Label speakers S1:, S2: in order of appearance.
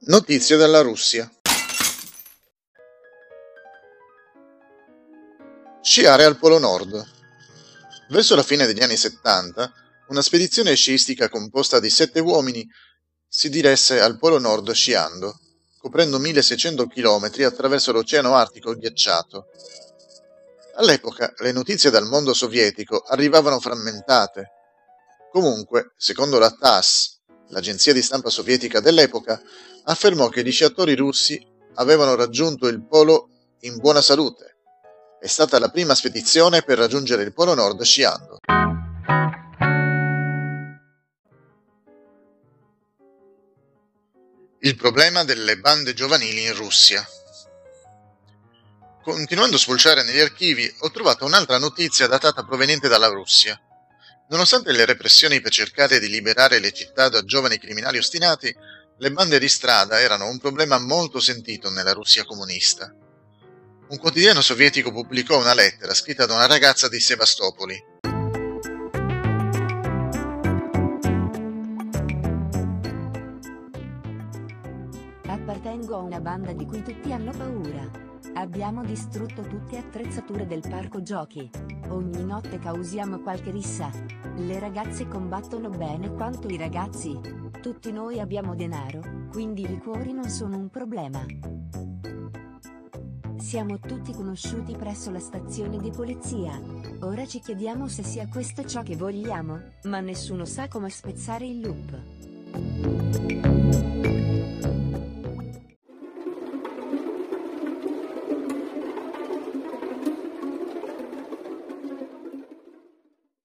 S1: Notizie dalla Russia. Sciare al Polo Nord. Verso la fine degli anni 70, una spedizione sciistica composta di 7 uomini si diresse al Polo Nord sciando, coprendo 1600 km attraverso l'Oceano Artico ghiacciato. All'epoca le notizie dal mondo sovietico arrivavano frammentate. Comunque, secondo la TASS, l'agenzia di stampa sovietica dell'epoca, affermò che gli sciatori russi avevano raggiunto il polo in buona salute. È stata la prima spedizione per raggiungere il Polo Nord sciando. Il problema delle bande giovanili in Russia. Continuando a spulciare negli archivi, ho trovato un'altra notizia datata proveniente dalla Russia. Nonostante le repressioni per cercare di liberare le città da giovani criminali ostinati, le bande di strada erano un problema molto sentito nella Russia comunista. Un quotidiano sovietico pubblicò una lettera scritta da una ragazza di Sebastopoli.
S2: Appartengo a una banda di cui tutti hanno paura. Abbiamo distrutto tutte attrezzature del parco giochi. Ogni notte causiamo qualche rissa. Le ragazze combattono bene quanto i ragazzi. Tutti noi abbiamo denaro, quindi i liquori non sono un problema. Siamo tutti conosciuti presso la stazione di polizia. Ora ci chiediamo se sia questo ciò che vogliamo, ma nessuno sa come spezzare il loop.